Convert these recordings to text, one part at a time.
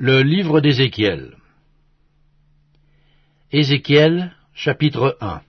Le livre d'Ézéchiel. Ézéchiel, chapitre 1.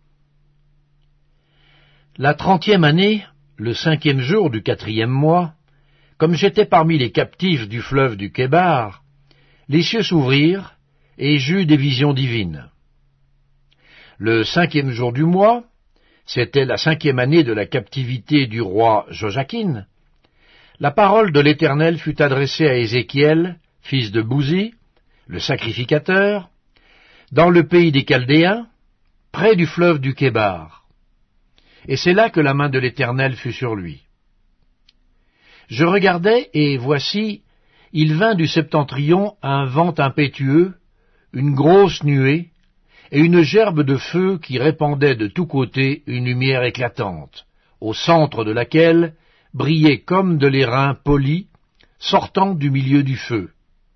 La 30e année, le 5e jour du 4e mois, comme j'étais parmi les captifs du fleuve du Kébar, les cieux s'ouvrirent, et j'eus des visions divines. Le 5e jour du mois, c'était la 5e année de la captivité du roi Joachim, la parole de l'Éternel fut adressée à Ézéchiel, fils de Bouzi, le sacrificateur, dans le pays des Chaldéens, près du fleuve du Kébar. Et c'est là que la main de l'Éternel fut sur lui. Je regardai, et voici, il vint du septentrion un vent impétueux, une grosse nuée, et une gerbe de feu qui répandait de tous côtés une lumière éclatante, au centre de laquelle brillait comme de l'airain poli, sortant du milieu du feu.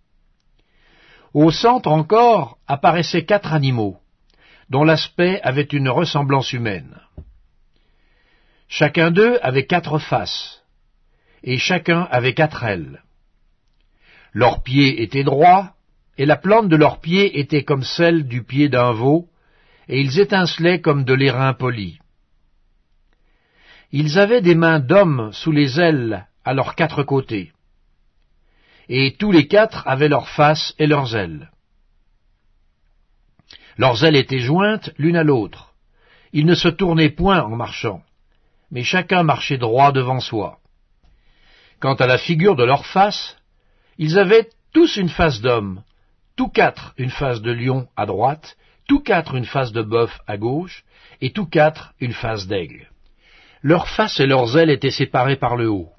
Au centre encore apparaissaient 4 animaux, dont l'aspect avait une ressemblance humaine. Chacun d'eux avait 4 faces, et chacun avait 4 ailes. Leurs pieds étaient droits, et la plante de leurs pieds était comme celle du pied d'un veau, et ils étincelaient comme de l'airain poli. Ils avaient des mains d'hommes sous les ailes à leurs 4 côtés, et tous les 4 avaient leurs faces et leurs ailes. Leurs ailes étaient jointes l'une à l'autre. Ils ne se tournaient point en marchant, mais chacun marchait droit devant soi. Quant à la figure de leurs faces, ils avaient tous une face d'homme, tous 4 une face de lion à droite, tous 4 une face de bœuf à gauche, et tous 4 une face d'aigle. Leurs faces et leurs ailes étaient séparées par le haut.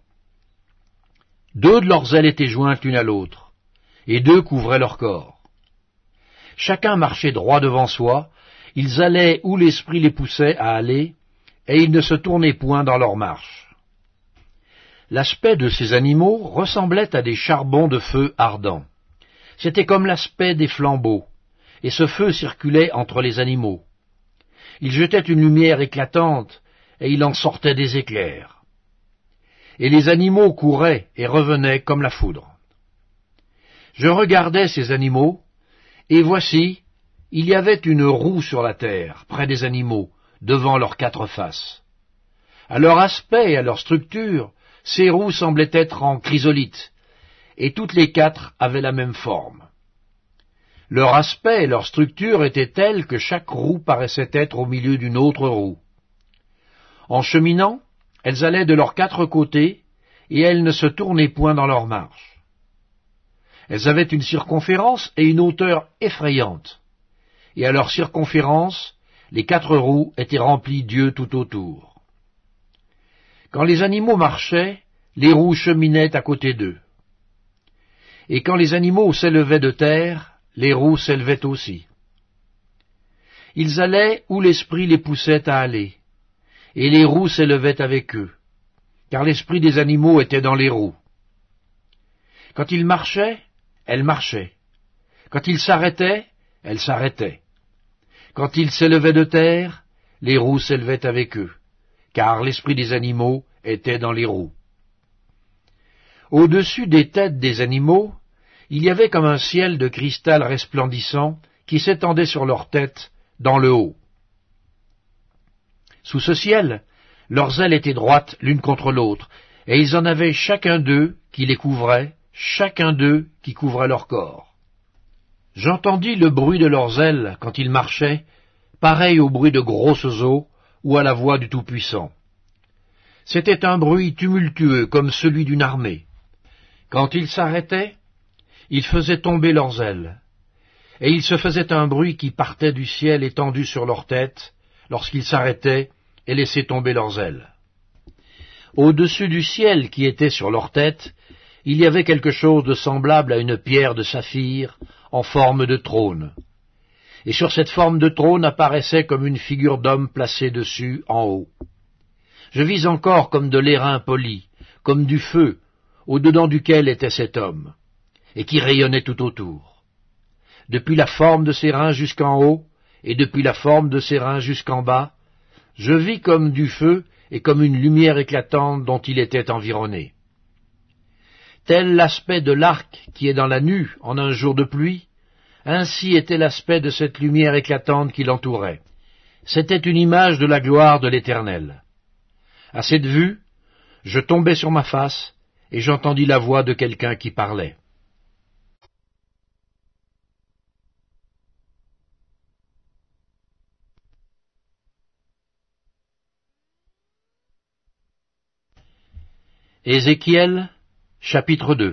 2 de leurs ailes étaient jointes l'une à l'autre, et 2 couvraient leur corps. Chacun marchait droit devant soi, ils allaient où l'esprit les poussait à aller, et ils ne se tournaient point dans leur marche. L'aspect de ces animaux ressemblait à des charbons de feu ardents. C'était comme l'aspect des flambeaux, et ce feu circulait entre les animaux. Il jetait une lumière éclatante, et il en sortait des éclairs. Et les animaux couraient et revenaient comme la foudre. Je regardais ces animaux, et voici, il y avait une roue sur la terre, près des animaux, devant leurs 4 faces. À leur aspect et à leur structure, ces roues semblaient être en chrysolite, et toutes les 4 avaient la même forme. Leur aspect et leur structure étaient tels que chaque roue paraissait être au milieu d'une autre roue. En cheminant, elles allaient de leurs 4 côtés, et elles ne se tournaient point dans leur marche. Elles avaient une circonférence et une hauteur effrayantes, et à leur circonférence, les 4 roues étaient remplies d'yeux tout autour. Quand les animaux marchaient, les roues cheminaient à côté d'eux. Et quand les animaux s'élevaient de terre, les roues s'élevaient aussi. Ils allaient où l'esprit les poussait à aller, et les roues s'élevaient avec eux, car l'esprit des animaux était dans les roues. Quand ils marchaient, elles marchaient. Quand ils s'arrêtaient, elles s'arrêtaient. Quand ils s'élevaient de terre, les roues s'élevaient avec eux, car l'esprit des animaux était dans les roues. Au-dessus des têtes des animaux, il y avait comme un ciel de cristal resplendissant qui s'étendait sur leurs têtes dans le haut. Sous ce ciel, leurs ailes étaient droites l'une contre l'autre, et ils en avaient chacun d'eux qui les couvrait, chacun d'eux qui couvrait leur corps. J'entendis le bruit de leurs ailes quand ils marchaient, pareil au bruit de grosses eaux ou à la voix du Tout-Puissant. C'était un bruit tumultueux comme celui d'une armée. Quand ils s'arrêtaient, ils faisaient tomber leurs ailes, et il se faisait un bruit qui partait du ciel étendu sur leurs têtes, lorsqu'ils s'arrêtaient et laissaient tomber leurs ailes. Au-dessus du ciel qui était sur leurs têtes, il y avait quelque chose de semblable à une pierre de saphir en forme de trône. Et sur cette forme de trône apparaissait comme une figure d'homme placée dessus en haut. Je vis encore comme de l'airain poli, comme du feu, au-dedans duquel était cet homme, et qui rayonnait tout autour. Depuis la forme de ses reins jusqu'en haut, et depuis la forme de ses reins jusqu'en bas, je vis comme du feu et comme une lumière éclatante dont il était environné. Tel l'aspect de l'arc qui est dans la nue en un jour de pluie, ainsi était l'aspect de cette lumière éclatante qui l'entourait. C'était une image de la gloire de l'Éternel. À cette vue, je tombai sur ma face, et j'entendis la voix de quelqu'un qui parlait. Ézéchiel, chapitre 2.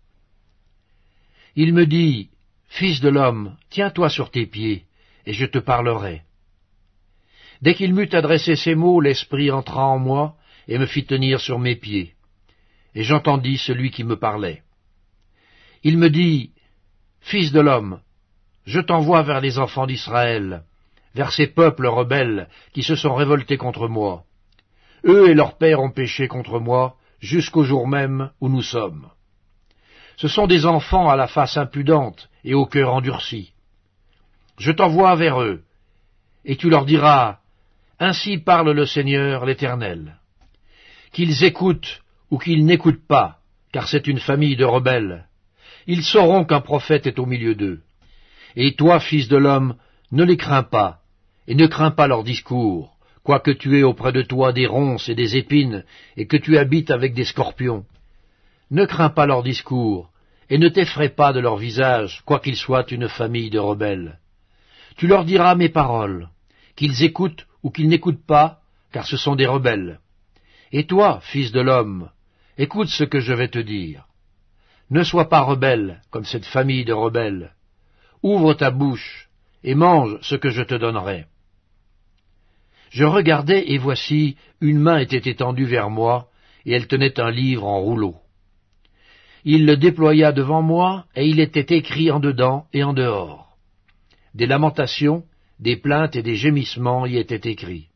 Il me dit, « Fils de l'homme, tiens-toi sur tes pieds, et je te parlerai. » Dès qu'il m'eut adressé ces mots, l'Esprit entra en moi et me fit tenir sur mes pieds. Et j'entendis celui qui me parlait. Il me dit, « Fils de l'homme, je t'envoie vers les enfants d'Israël, vers ces peuples rebelles qui se sont révoltés contre moi. Eux et leurs pères ont péché contre moi jusqu'au jour même où nous sommes. Ce sont des enfants à la face impudente et au cœur endurci. Je t'envoie vers eux, et tu leur diras, « Ainsi parle le Seigneur l'Éternel. » Qu'ils écoutent ou qu'ils n'écoutent pas, car c'est une famille de rebelles. Ils sauront qu'un prophète est au milieu d'eux. Et toi, fils de l'homme, ne les crains pas, et ne crains pas leurs discours, quoique tu aies auprès de toi des ronces et des épines, et que tu habites avec des scorpions. Ne crains pas leurs discours, et ne t'effraie pas de leur visage, quoiqu'ils soient une famille de rebelles. Tu leur diras mes paroles, qu'ils écoutent ou qu'ils n'écoutent pas, car ce sont des rebelles. Et toi, fils de l'homme, écoute ce que je vais te dire. Ne sois pas rebelle comme cette famille de rebelles. Ouvre ta bouche et mange ce que je te donnerai. Je regardai, et voici, une main était étendue vers moi, et elle tenait un livre en rouleau. Il le déploya devant moi, et il était écrit en dedans et en dehors. Des lamentations, des plaintes et des gémissements y étaient écrits.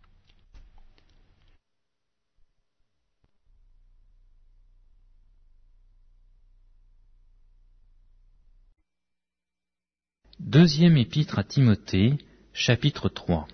Deuxième épître à Timothée, chapitre 3.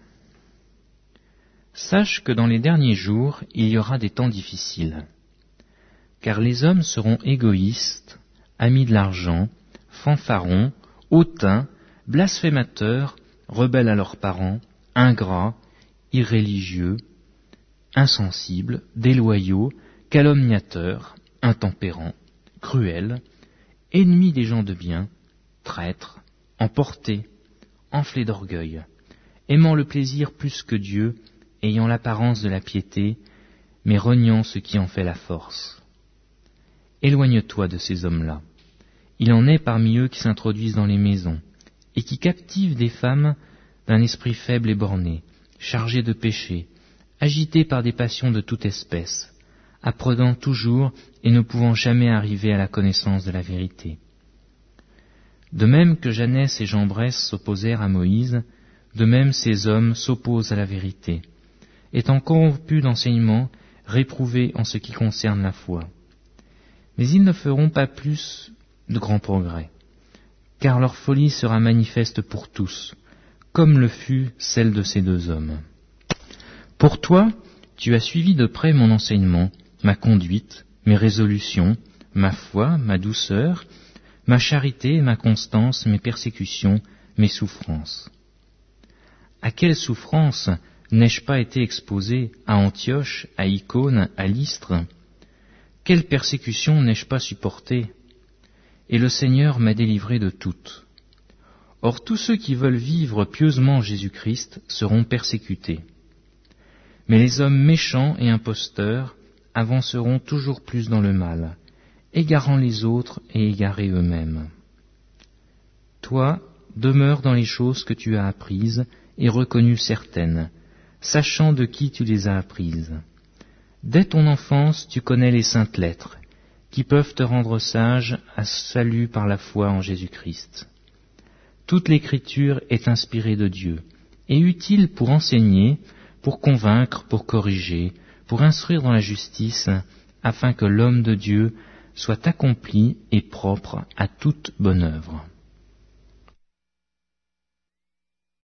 Sache que dans les derniers jours, il y aura des temps difficiles. Car les hommes seront égoïstes, amis de l'argent, fanfarons, hautains, blasphémateurs, rebelles à leurs parents, ingrats, irréligieux, insensibles, déloyaux, calomniateurs, intempérants, cruels, ennemis des gens de bien, traîtres, emportés, enflés d'orgueil, aimant le plaisir plus que Dieu, ayant l'apparence de la piété, mais reniant ce qui en fait la force. Éloigne-toi de ces hommes-là. Il en est parmi eux qui s'introduisent dans les maisons, et qui captivent des femmes d'un esprit faible et borné, chargés de péché, agités par des passions de toute espèce, apprenant toujours et ne pouvant jamais arriver à la connaissance de la vérité. De même que Janès et Jambres s'opposèrent à Moïse, de même ces hommes s'opposent à la vérité, étant corrompus d'enseignement, réprouvés en ce qui concerne la foi. Mais ils ne feront pas plus de grands progrès, car leur folie sera manifeste pour tous, comme le fut celle de ces deux hommes. Pour toi, tu as suivi de près mon enseignement, ma conduite, mes résolutions, ma foi, ma douceur, ma charité, ma constance, mes persécutions, mes souffrances. À quelles souffrances n'ai-je pas été exposé à Antioche, à Icône, à Lystre? Quelles persécutions n'ai-je pas supportées? Et le Seigneur m'a délivré de toutes. Or tous ceux qui veulent vivre pieusement Jésus-Christ seront persécutés. Mais les hommes méchants et imposteurs avanceront toujours plus dans le mal, égarant les autres et égarés eux-mêmes. Toi, demeure dans les choses que tu as apprises et reconnues certaines, sachant de qui tu les as apprises. Dès ton enfance, tu connais les saintes lettres, qui peuvent te rendre sage à salut par la foi en Jésus-Christ. Toute l'écriture est inspirée de Dieu, et utile pour enseigner, pour convaincre, pour corriger, pour instruire dans la justice, afin que l'homme de Dieu soit accompli et propre à toute bonne œuvre.